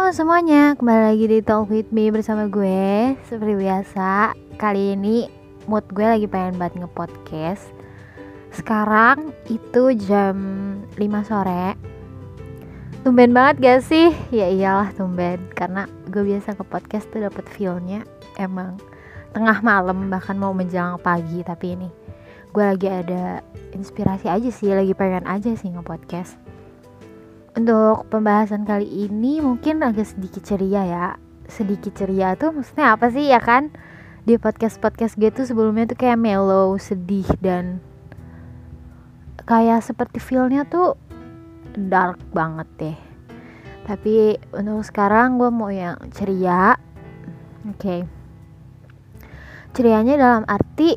Halo semuanya, kembali lagi di Talk With Me bersama gue. Seperti biasa, kali ini mood gue lagi pengen banget nge-podcast. Sekarang itu jam 5 sore. Tumben banget gak sih? Ya iyalah tumben, karena gue biasa nge-podcast tuh dapet feel-nya emang tengah malam, bahkan mau menjelang pagi. Tapi ini gue lagi ada inspirasi aja sih, lagi pengen aja sih nge-podcast. Untuk pembahasan kali ini mungkin agak sedikit ceria ya. Sedikit ceria tuh maksudnya apa sih ya kan? Di podcast-podcast gue tuh sebelumnya tuh kayak mellow, sedih, dan kayak seperti feel-nya tuh dark banget deh. Tapi untuk sekarang gue mau yang ceria. Oke. Cerianya dalam arti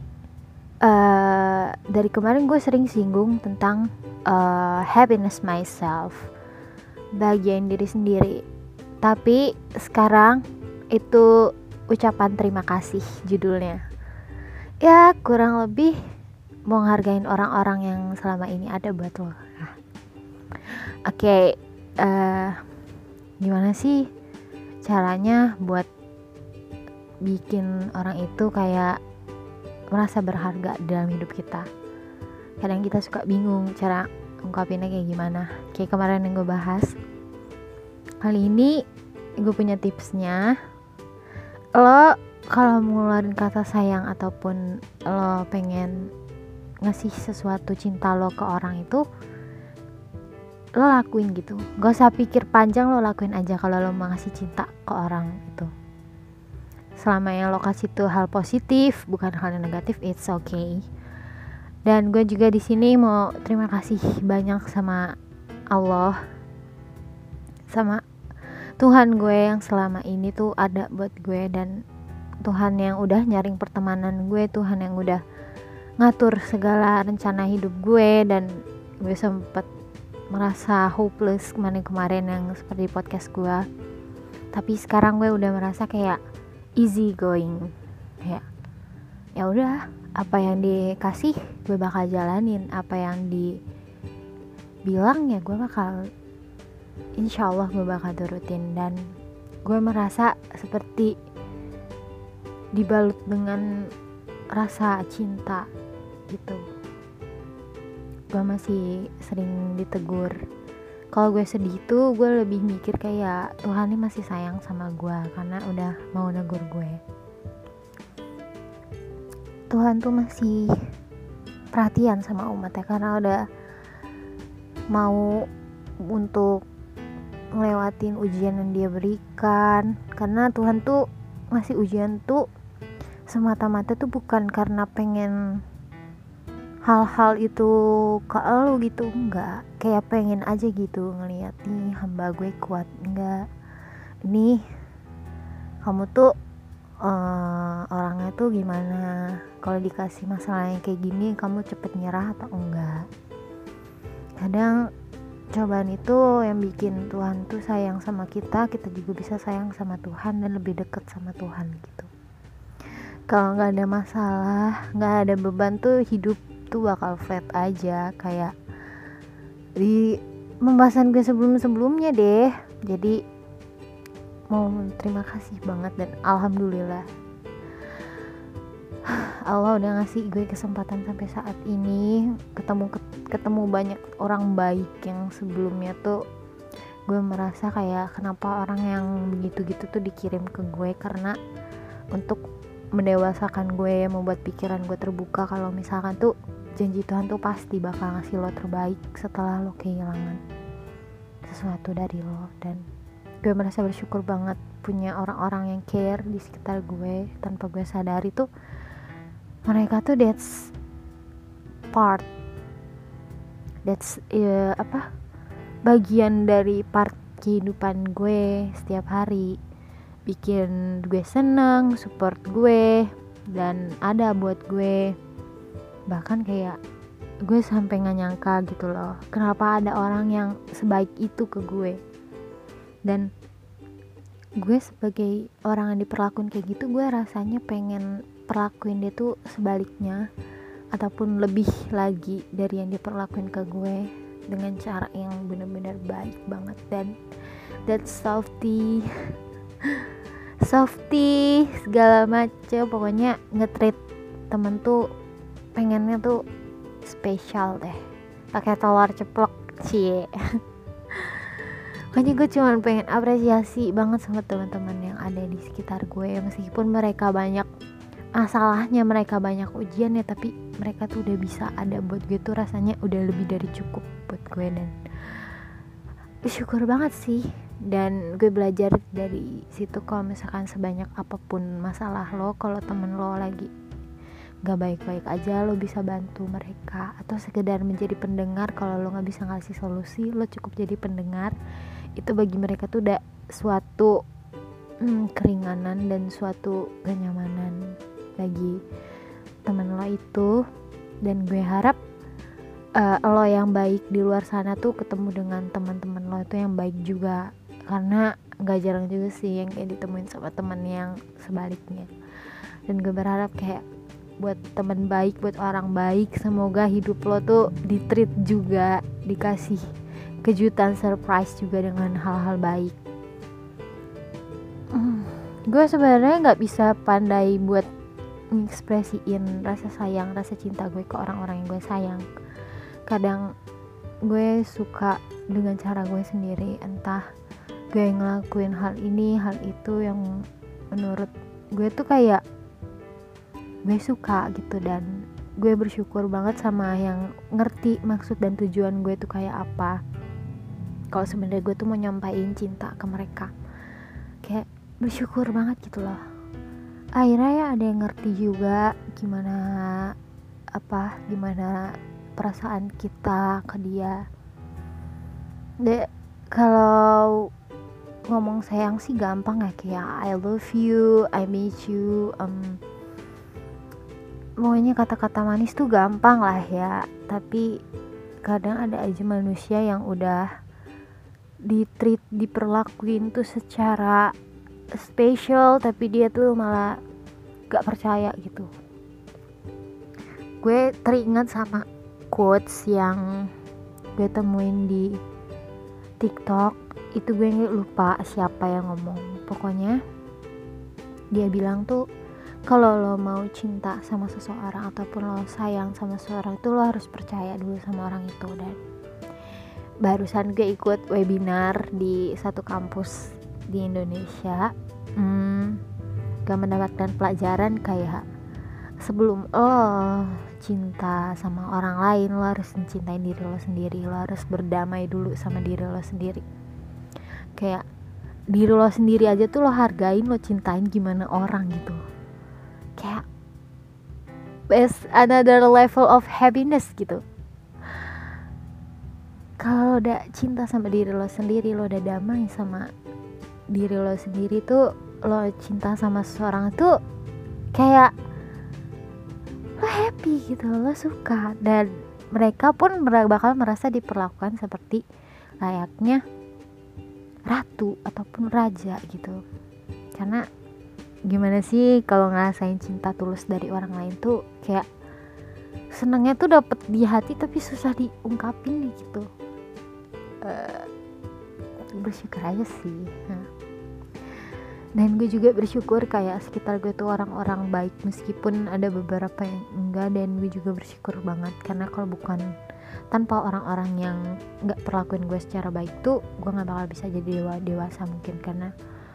dari kemarin gue sering singgung tentang happiness myself, bahagiain diri sendiri. Tapi sekarang itu ucapan terima kasih judulnya. Ya kurang lebih mau ngehargain orang-orang yang selama ini ada buat lo. Oke, gimana sih caranya buat bikin orang itu kayak merasa berharga dalam hidup kita? Kadang kita suka bingung cara ungkapinnya kayak gimana. Kayak kemarin yang gue bahas. Kali ini gue punya tipsnya. Lo kalau mau ngeluarin kata sayang ataupun lo pengen ngasih sesuatu cinta lo ke orang itu, lo lakuin gitu. Gak usah pikir panjang, lo lakuin aja kalau lo mau ngasih cinta ke orang itu. Selama yang lo kasih tuh hal positif, bukan hal yang negatif, it's okay. Dan gue juga di sini mau terima kasih banyak sama Allah, sama Tuhan gue yang selama ini tuh ada buat gue, dan Tuhan yang udah nyaring pertemanan gue, Tuhan yang udah ngatur segala rencana hidup gue. Dan gue sempet merasa hopeless kemarin yang seperti podcast gue, tapi sekarang gue udah merasa kayak easy going. Ya udah, apa yang dikasih gue bakal jalanin, apa yang dibilang ya gue bakal, insya Allah gue bakal turutin. Dan gue merasa seperti dibalut dengan rasa cinta gitu. Gue masih sering ditegur. Kalau gue sedih tuh gue lebih mikir kayak Tuhan ini masih sayang sama gue karena udah mau negur gue. Tuhan tuh masih perhatian sama umatnya karena udah mau untuk ngelewatin ujian yang dia berikan. Karena Tuhan tuh ngasih ujian tuh semata-mata tuh bukan karena pengen hal-hal itu ke elu gitu, enggak. Kayak pengen aja gitu ngeliat nih hamba gue kuat, enggak. Nih kamu tuh orangnya tuh gimana, kalau dikasih masalah yang kayak gini kamu cepet nyerah atau enggak. Kadang cobaan itu yang bikin Tuhan tuh sayang sama kita juga bisa sayang sama Tuhan dan lebih deket sama Tuhan gitu. Kalau gak ada masalah, gak ada beban tuh hidup tuh bakal flat aja, kayak di pembahasan gue sebelumnya deh. Jadi mau terima kasih banget dan alhamdulillah Allah udah ngasih gue kesempatan sampai saat ini ketemu banyak orang baik yang sebelumnya tuh gue merasa kayak kenapa orang yang begitu-gitu tuh dikirim ke gue, karena untuk mendewasakan gue, membuat pikiran gue terbuka kalau misalkan tuh janji Tuhan tuh pasti bakal ngasih lo terbaik setelah lo kehilangan sesuatu dari lo. Dan gue merasa bersyukur banget punya orang-orang yang care di sekitar gue tanpa gue sadari tuh mereka tuh that's bagian dari part kehidupan gue setiap hari, bikin gue seneng, support gue, dan ada buat gue. Bahkan kayak gue sampai gak nyangka gitu loh, kenapa ada orang yang sebaik itu ke gue. Dan gue sebagai orang yang diperlakuin kayak gitu, gue rasanya pengen perlakuin dia tuh sebaliknya ataupun lebih lagi dari yang diperlakuin ke gue, dengan cara yang benar-benar baik banget. Dan that softy segala macem. Pokoknya nge-treat temen tuh pengennya tuh spesial deh, pakai telur ceplok cie. Makanya gue cuma pengen apresiasi banget sama teman-teman yang ada di sekitar gue, meskipun mereka banyak masalahnya, mereka banyak ujiannya, tapi mereka tuh udah bisa ada buat gue tuh rasanya udah lebih dari cukup buat gue, dan bersyukur banget sih. Dan gue belajar dari situ kalau misalkan sebanyak apapun masalah lo, kalau temen lo lagi gak baik-baik aja, lo bisa bantu mereka, atau sekedar menjadi pendengar. Kalau lo gak bisa ngasih solusi, lo cukup jadi pendengar. Itu bagi mereka tuh udah suatu keringanan dan suatu kenyamanan bagi temen lo itu. Dan gue harap lo yang baik di luar sana tuh ketemu dengan teman-teman lo itu yang baik juga, karena gak jarang juga sih yang kayak ditemuin sama temen yang sebaliknya. Dan gue berharap kayak buat teman baik, buat orang baik, semoga hidup lo tuh di-treat juga, dikasih kejutan surprise juga dengan hal-hal baik. Gue sebenarnya nggak bisa pandai buat ngekspresiin rasa sayang, rasa cinta gue ke orang-orang yang gue sayang. Kadang gue suka dengan cara gue sendiri, entah gue ngelakuin hal ini, hal itu yang menurut gue tuh kayak gue suka gitu, dan gue bersyukur banget sama yang ngerti maksud dan tujuan gue tuh kayak apa. Kalau sebenarnya gue tuh mau nyampain cinta ke mereka, kayak bersyukur banget gitu loh. Akhirnya ya ada yang ngerti juga gimana perasaan kita ke dia. Kalau ngomong sayang sih gampang ya, kayak I love you, I miss you, pokoknya kata-kata manis tuh gampang lah ya. Tapi kadang ada aja manusia yang udah diperlakuin tuh secara spesial, tapi dia tuh malah gak percaya gitu. Gue teringat sama quotes yang gue temuin di TikTok. Itu gue lupa siapa yang ngomong. Pokoknya dia bilang tuh, kalau lo mau cinta sama seseorang ataupun lo sayang sama seseorang itu, lo harus percaya dulu sama orang itu. Dan barusan gue ikut webinar di satu kampus di Indonesia, gak mendapatkan pelajaran kayak sebelum lo cinta sama orang lain, lo harus mencintai diri lo sendiri. Lo harus berdamai dulu sama diri lo sendiri. Kayak diri lo sendiri aja tuh lo hargain, lo cintain, gimana orang gitu. Kayak best another level of happiness gitu. Kalau udah cinta sama diri lo sendiri, lo udah damai sama diri lo sendiri tuh, lo cinta sama seseorang tuh kayak lo happy gitu, lo suka, dan mereka pun bakal merasa diperlakukan seperti layaknya ratu ataupun raja gitu. Karena gimana sih kalau ngerasain cinta tulus dari orang lain tuh kayak senengnya tuh dapet di hati tapi susah diungkapin gitu. Bersyukur aja sih. Dan gue juga bersyukur kayak sekitar gue tuh orang-orang baik, meskipun ada beberapa yang enggak. Dan gue juga bersyukur banget, karena kalau bukan tanpa orang-orang yang gak perlakuin gue secara baik tuh gue gak bakal bisa jadi dewasa mungkin. Karena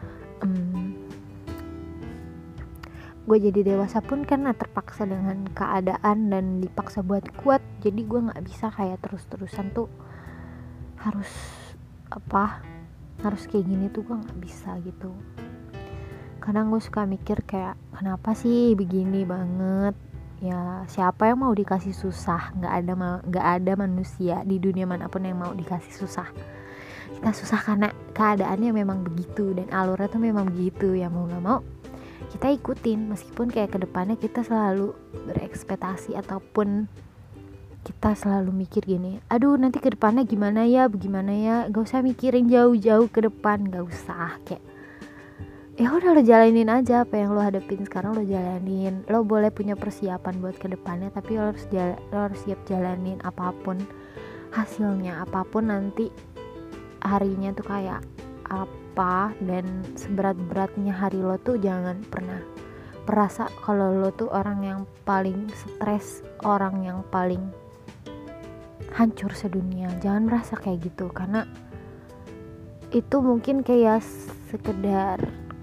gue jadi dewasa pun karena terpaksa dengan keadaan dan dipaksa buat kuat. Jadi gue gak bisa kayak terus-terusan tuh harus kayak gini tuh, gue gak bisa gitu. Kadang gue suka mikir kayak kenapa sih begini banget ya. Siapa yang mau dikasih susah? Gak ada manusia di dunia manapun yang mau dikasih susah. Kita susah karena keadaannya memang begitu, dan alurnya tuh memang begitu. Ya mau gak mau kita ikutin, meskipun kayak kedepannya kita selalu berekspektasi ataupun kita selalu mikir gini, aduh nanti kedepannya gimana ya, gak usah mikirin jauh-jauh ke depan, gak usah. Kayak ya udah, lo jalanin aja apa yang lo hadapin sekarang, lo jalanin. Lo boleh punya persiapan buat kedepannya, tapi lo harus siap jalanin apapun hasilnya, apapun nanti harinya tuh kayak apa dan seberat-beratnya hari lo tuh jangan pernah merasa kalau lo tuh orang yang paling stres, orang yang paling hancur sedunia. Jangan merasa kayak gitu, karena itu mungkin kayak sekedar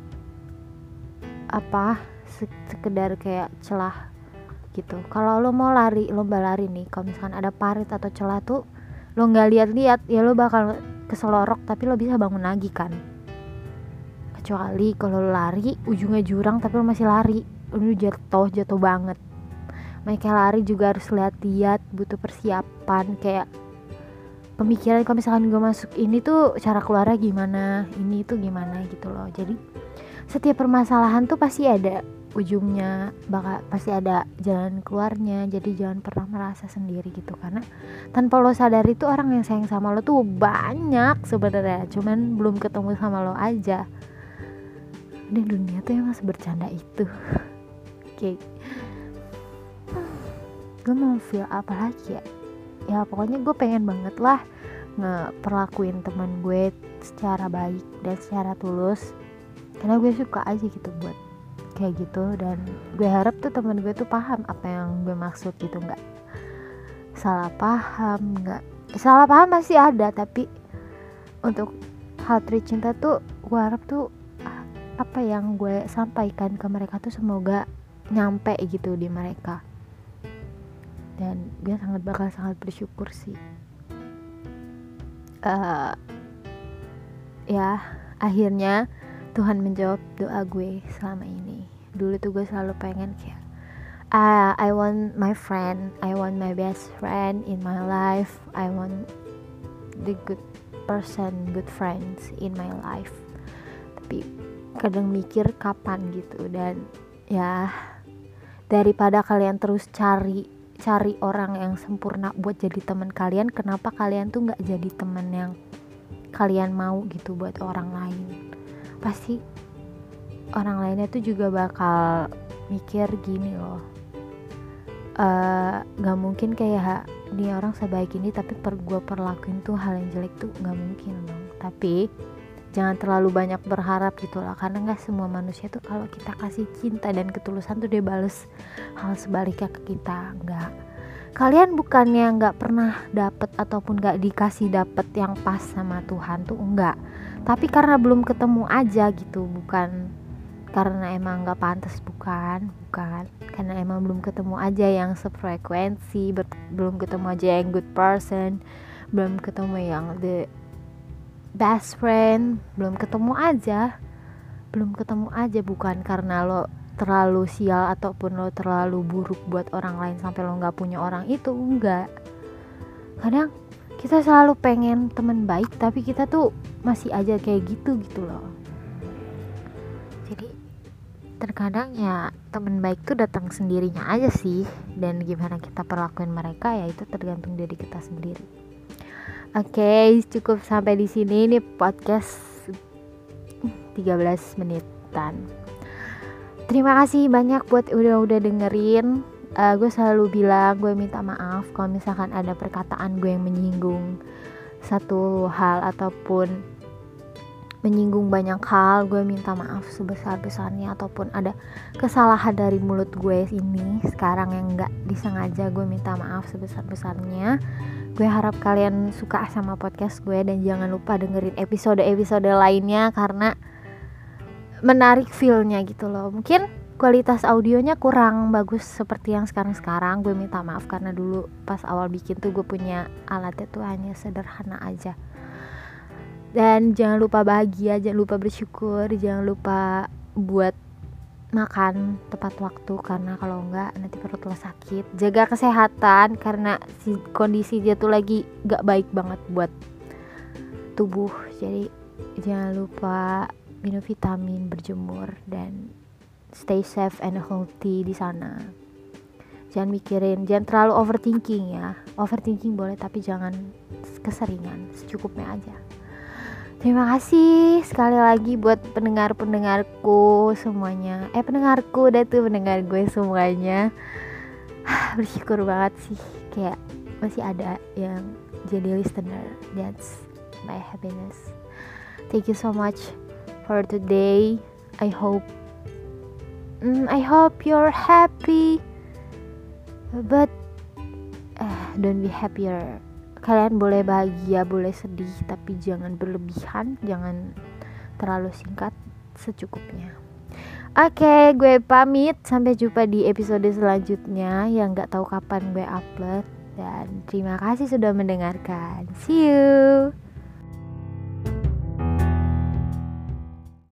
sekedar kayak celah gitu. Kalau lo mau lomba lari nih, kalau misalkan ada parit atau celah tuh lo nggak lihat-lihat, ya lo bakal keselorok, tapi lo bisa bangun lagi kan. Kecuali kalau lo lari ujungnya jurang tapi lo masih lari, lo jatuh banget. Makanya lari juga harus lihat-lihat, butuh persiapan, kayak pemikiran kalau misalkan gue masuk ini tuh cara keluarnya gimana, ini tuh gimana gitu loh. Jadi setiap permasalahan tuh pasti ada ujungnya, pasti ada jalan keluarnya. Jadi jangan pernah merasa sendiri gitu, karena tanpa lo sadar itu orang yang sayang sama lo tuh banyak sebenarnya, cuman belum ketemu sama lo aja. Dan dunia tuh emang sebercanda itu. Oke, gue mau feel apa lagi ya pokoknya gue pengen banget lah ngeperlakuin teman gue secara baik dan secara tulus, karena gue suka aja gitu buat kayak gitu. Dan gue harap tuh teman gue tuh paham apa yang gue maksud gitu, nggak salah paham masih ada, tapi untuk hal tercinta tuh gue harap tuh apa yang gue sampaikan ke mereka tuh semoga nyampe gitu di mereka. Dan gue bakal sangat bersyukur sih. Ya akhirnya Tuhan menjawab doa gue selama ini. Dulu tuh gue selalu pengen kayak I want my friend, I want my best friend in my life, I want the good friends in my life. Tapi kadang mikir kapan gitu. Dan ya daripada kalian terus cari orang yang sempurna buat jadi teman kalian, kenapa kalian tuh nggak jadi teman yang kalian mau gitu buat orang lain. Pasti orang lainnya tuh juga bakal mikir gini loh, nggak mungkin kayak dia orang sebaik ini tapi gue perlakuin tuh hal yang jelek tuh, nggak mungkin dong. Tapi jangan terlalu banyak berharap gitu lah, karena nggak semua manusia tuh kalau kita kasih cinta dan ketulusan tuh dia bales hal sebaliknya ke kita. Nggak, kalian bukannya nggak pernah dapet ataupun nggak dikasih dapet yang pas sama Tuhan tuh, enggak, tapi karena belum ketemu aja gitu. Bukan karena emang nggak pantas, bukan, karena emang belum ketemu aja yang sefrekuensi, belum ketemu aja yang good person, belum ketemu yang the best friend, belum ketemu aja. Bukan karena lo terlalu sial ataupun lo terlalu buruk buat orang lain sampai lo nggak punya orang itu, enggak. Kadang kita selalu pengen teman baik tapi kita tuh masih aja kayak gitu loh. Jadi terkadang ya teman baik tuh datang sendirinya aja sih, dan gimana kita perlakuin mereka ya itu tergantung diri kita sendiri. Oke, cukup sampai di sini. Ini podcast 13 menitan. Terima kasih banyak buat udah dengerin. Gue selalu bilang gue minta maaf kalau misalkan ada perkataan gue yang menyinggung satu hal ataupun menyinggung banyak hal. Gue minta maaf sebesar-besarnya, ataupun ada kesalahan dari mulut gue ini sekarang yang gak disengaja, gue minta maaf sebesar-besarnya. Gue harap kalian suka sama podcast gue, dan jangan lupa dengerin episode-episode lainnya karena menarik feel-nya gitu loh. Mungkin kualitas audionya kurang bagus seperti yang sekarang. Gue minta maaf karena dulu pas awal bikin tuh gue punya alatnya tuh hanya sederhana aja. Dan jangan lupa bahagia, jangan lupa bersyukur, jangan lupa buat makan tepat waktu, karena kalau enggak nanti perut lo sakit. Jaga kesehatan karena kondisi dia tuh lagi gak baik banget buat tubuh. Jadi jangan lupa minum vitamin, berjemur, dan stay safe and healthy di sana. Jangan terlalu overthinking ya. Overthinking boleh tapi jangan keseringan, secukupnya aja. Terima kasih sekali lagi buat pendengarku semuanya. Pendengarku pendengar gue semuanya. Bersyukur banget sih, kayak masih ada yang jadi listener. That's my happiness. Thank you so much for today. I hope you're happy, but don't be happier. Kalian boleh bahagia, boleh sedih, tapi jangan berlebihan, jangan terlalu singkat, secukupnya. Oke, gue pamit. Sampai jumpa di episode selanjutnya yang gak tahu kapan gue upload. Dan terima kasih sudah mendengarkan. See you.